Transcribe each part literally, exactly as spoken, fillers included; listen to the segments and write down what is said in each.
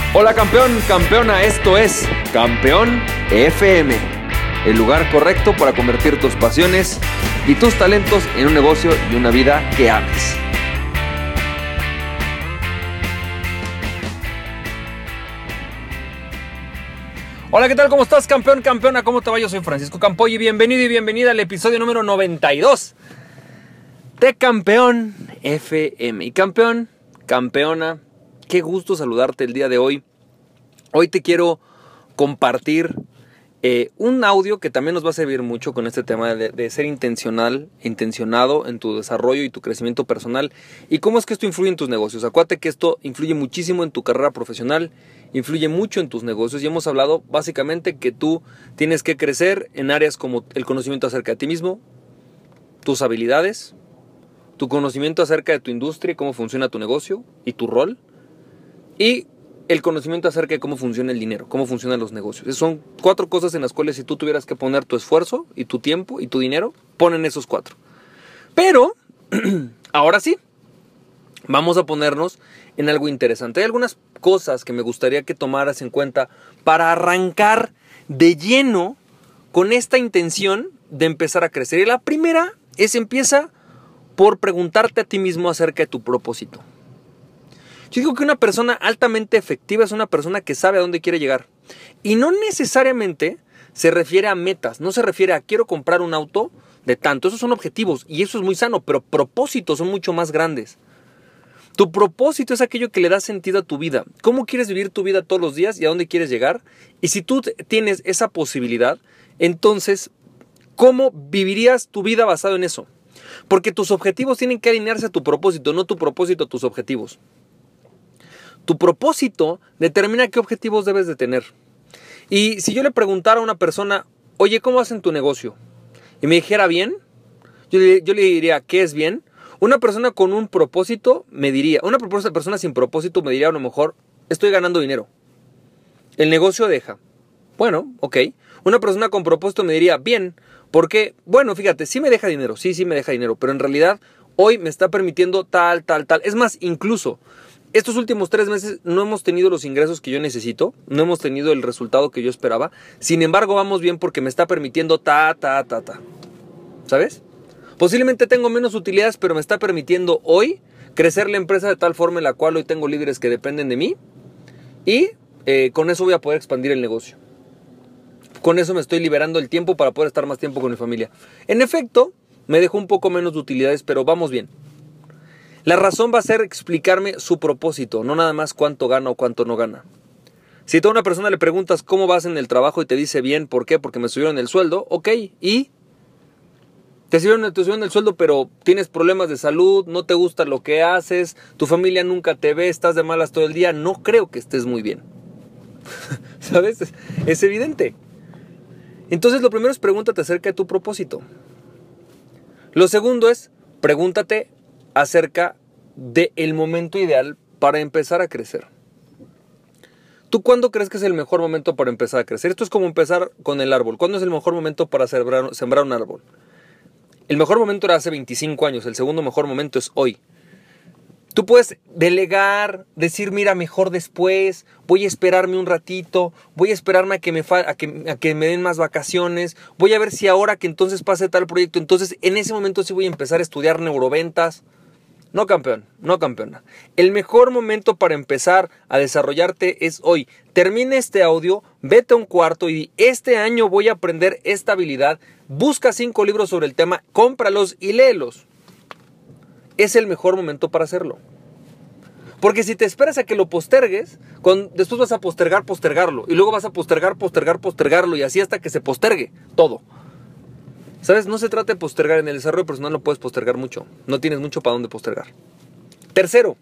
Hola campeón, campeona, esto es Campeón F M, el lugar correcto para convertir tus pasiones y tus talentos en un negocio y una vida que ames. Hola, ¿qué tal? ¿Cómo estás, campeón, campeona? ¿Cómo te va? Yo soy Francisco Campoy y bienvenido y bienvenida al episodio número noventa y dos de Campeón F M. Y campeón, campeona, qué gusto saludarte el día de hoy. Hoy te quiero compartir eh, un audio que también nos va a servir mucho con este tema de, de ser intencional, intencionado en tu desarrollo y tu crecimiento personal. Y cómo es que esto influye en tus negocios. Acuérdate que esto influye muchísimo en tu carrera profesional, influye mucho en tus negocios. Y hemos hablado básicamente que tú tienes que crecer en áreas como el conocimiento acerca de ti mismo, tus habilidades, tu conocimiento acerca de tu industria, cómo funciona tu negocio y tu rol. Y el conocimiento acerca de cómo funciona el dinero, cómo funcionan los negocios. Esas son cuatro cosas en las cuales si tú tuvieras que poner tu esfuerzo y tu tiempo y tu dinero, ponen esos cuatro. Pero, ahora sí, vamos a ponernos en algo interesante. Hay algunas cosas que me gustaría que tomaras en cuenta para arrancar de lleno con esta intención de empezar a crecer. Y la primera es empieza por preguntarte a ti mismo acerca de tu propósito. Yo digo que una persona altamente efectiva es una persona que sabe a dónde quiere llegar. Y no necesariamente se refiere a metas, no se refiere a quiero comprar un auto de tanto. Esos son objetivos y eso es muy sano, pero propósitos son mucho más grandes. Tu propósito es aquello que le da sentido a tu vida. ¿Cómo quieres vivir tu vida todos los días y a dónde quieres llegar? Y si tú tienes esa posibilidad, entonces, ¿cómo vivirías tu vida basado en eso? Porque tus objetivos tienen que alinearse a tu propósito, no tu propósito a tus objetivos. Tu propósito determina qué objetivos debes de tener. Y si yo le preguntara a una persona, oye, ¿cómo hacen tu negocio? Y me dijera bien, yo le, yo le diría, ¿qué es bien? Una persona con un propósito me diría, una persona sin propósito me diría a lo mejor, estoy ganando dinero. El negocio deja. Bueno, ok. Una persona con propósito me diría, bien, porque, bueno, fíjate, sí me deja dinero, sí, sí me deja dinero, pero en realidad hoy me está permitiendo tal, tal, tal. Es más, incluso estos últimos tres meses no hemos tenido los ingresos que yo necesito, no hemos tenido el resultado que yo esperaba. Sin embargo, vamos bien porque me está permitiendo ta, ta, ta, ta. ¿Sabes? Posiblemente tengo menos utilidades, pero me está permitiendo hoy crecer la empresa de tal forma en la cual hoy tengo líderes que dependen de mí. Y eh, con eso voy a poder expandir el negocio. Con eso me estoy liberando el tiempo para poder estar más tiempo con mi familia. En efecto, me dejó un poco menos de utilidades, pero vamos bien. La razón va a ser explicarme su propósito, no nada más cuánto gana o cuánto no gana. Si tú a una persona le preguntas cómo vas en el trabajo y te dice bien, ¿por qué? Porque me subieron el sueldo, ok, ¿y? Te subieron, te subieron el sueldo, pero tienes problemas de salud, no te gusta lo que haces, tu familia nunca te ve, estás de malas todo el día, no creo que estés muy bien. ¿Sabes? Es, es evidente. Entonces lo primero es pregúntate acerca de tu propósito. Lo segundo es pregúntate acerca del momento ideal para empezar a crecer. ¿Tú cuándo crees que es el mejor momento para empezar a crecer? Esto es como empezar con el árbol. ¿Cuándo es el mejor momento para sembrar, sembrar un árbol? El mejor momento era hace veinticinco años, el segundo mejor momento es hoy. Tú puedes delegar, decir, mira, mejor después, voy a esperarme un ratito, voy a esperarme a que me, fa- a que, a que me den más vacaciones, voy a ver si ahora que entonces pase tal proyecto, entonces en ese momento sí voy a empezar a estudiar neuroventas. No, campeón, no, campeona. El mejor momento para empezar a desarrollarte es hoy. Termina este audio, vete a un cuarto y di, este año voy a aprender esta habilidad. Busca cinco libros sobre el tema, cómpralos y léelos. Es el mejor momento para hacerlo. Porque si te esperas a que lo postergues, con, después vas a postergar, postergarlo. Y luego vas a postergar, postergar, postergarlo. Y así hasta que se postergue todo. ¿Sabes? No se trata de postergar. En el desarrollo personal no puedes postergar mucho. No tienes mucho para dónde postergar. Tercero,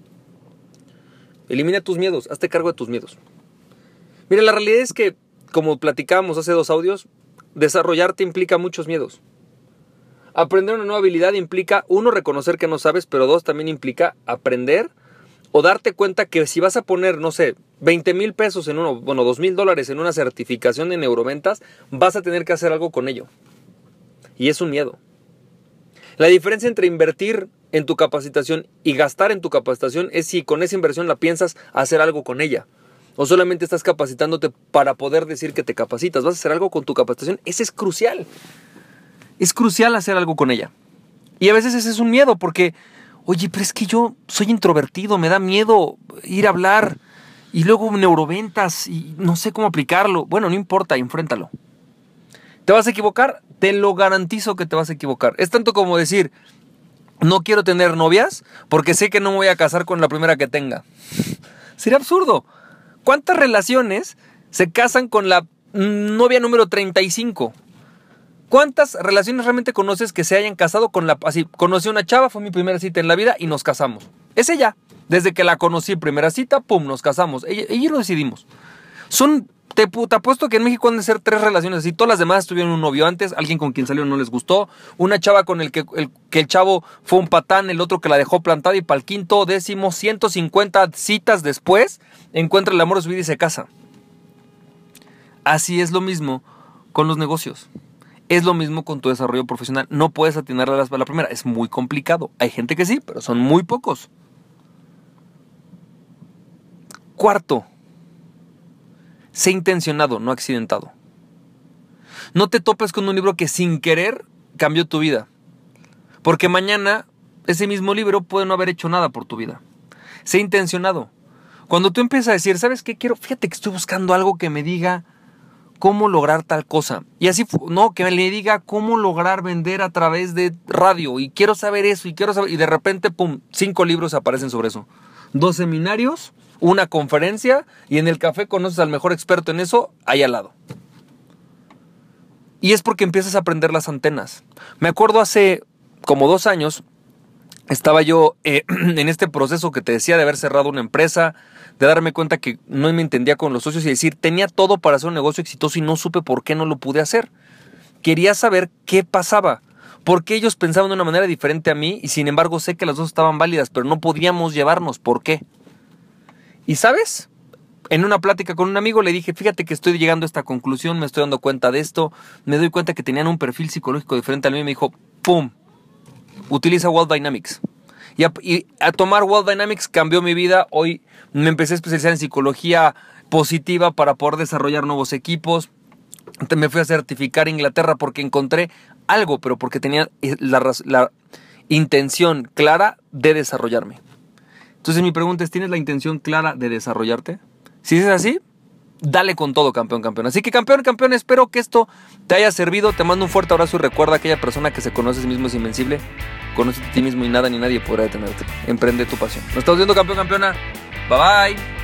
elimina tus miedos. Hazte cargo de tus miedos. Mira, la realidad es que, como platicábamos hace dos audios, desarrollarte implica muchos miedos. Aprender una nueva habilidad implica, uno, reconocer que no sabes, pero dos, también implica aprender o darte cuenta que si vas a poner, no sé, veinte mil pesos en uno, bueno, dos mil dólares en una certificación de neuroventas, vas a tener que hacer algo con ello. Y es un miedo. La diferencia entre invertir en tu capacitación y gastar en tu capacitación es si con esa inversión la piensas hacer algo con ella. ¿O solamente estás capacitándote para poder decir que te capacitas? ¿Vas a hacer algo con tu capacitación? Ese es crucial. Es crucial hacer algo con ella. Y a veces ese es un miedo porque, oye, pero es que yo soy introvertido, me da miedo ir a hablar y luego neuroventas y no sé cómo aplicarlo. Bueno, no importa, enfréntalo. ¿Te vas a equivocar? Te lo garantizo que te vas a equivocar. Es tanto como decir, no quiero tener novias porque sé que no me voy a casar con la primera que tenga. Sería absurdo. ¿Cuántas relaciones se casan con la novia número treinta y cinco? ¿Cuántas relaciones realmente conoces que se hayan casado con la... Así, conocí a una chava, fue mi primera cita en la vida y nos casamos. Es ella. Desde que la conocí, primera cita, pum, nos casamos. Ella, ella lo decidimos. Son... Te, te apuesto que en México han de ser tres relaciones así. Todas las demás tuvieron un novio antes, alguien con quien salieron no les gustó, una chava con el que el, que el chavo fue un patán, el otro que la dejó plantada y para el quinto, décimo, ciento cincuenta citas después, encuentra el amor de su vida y se casa. Así es lo mismo con los negocios. Es lo mismo con tu desarrollo profesional. No puedes atinarle a la primera. Es muy complicado. Hay gente que sí, pero son muy pocos. Cuarto, sé intencionado, no accidentado. No te topes con un libro que sin querer cambió tu vida. Porque mañana ese mismo libro puede no haber hecho nada por tu vida. Sé intencionado. Cuando tú empiezas a decir, ¿sabes qué quiero? Fíjate que estoy buscando algo que me diga cómo lograr tal cosa. Y así, no, que le diga cómo lograr vender a través de radio. Y quiero saber eso, y quiero saber... Y de repente, pum, cinco libros aparecen sobre eso. Dos seminarios, una conferencia, y en el café conoces al mejor experto en eso, ahí al lado. Y es porque empiezas a aprender las antenas. Me acuerdo hace como dos años, estaba yo eh, en este proceso que te decía de haber cerrado una empresa, de darme cuenta que no me entendía con los socios y decir, tenía todo para hacer un negocio exitoso y no supe por qué no lo pude hacer. Quería saber qué pasaba, por qué ellos pensaban de una manera diferente a mí y sin embargo sé que las dos estaban válidas, pero no podíamos llevarnos. ¿Por qué? ¿Y sabes? En una plática con un amigo le dije, fíjate que estoy llegando a esta conclusión, me estoy dando cuenta de esto, me doy cuenta que tenían un perfil psicológico diferente al mío y me dijo, ¡pum! Utiliza World Dynamics. Y a, y a tomar World Dynamics cambió mi vida. Hoy me empecé a especializar en psicología positiva para poder desarrollar nuevos equipos. Me fui a certificar en Inglaterra porque encontré algo, pero porque tenía la, la intención clara de desarrollarme. Entonces mi pregunta es, ¿tienes la intención clara de desarrollarte? Si es así, dale con todo, campeón, campeón. Así que campeón, campeón, espero que esto te haya servido. Te mando un fuerte abrazo y recuerda a aquella persona que se conoce a sí mismo es invencible. Conócete a ti mismo y nada ni nadie podrá detenerte. Emprende tu pasión. Nos estamos viendo, campeón, campeona. Bye bye.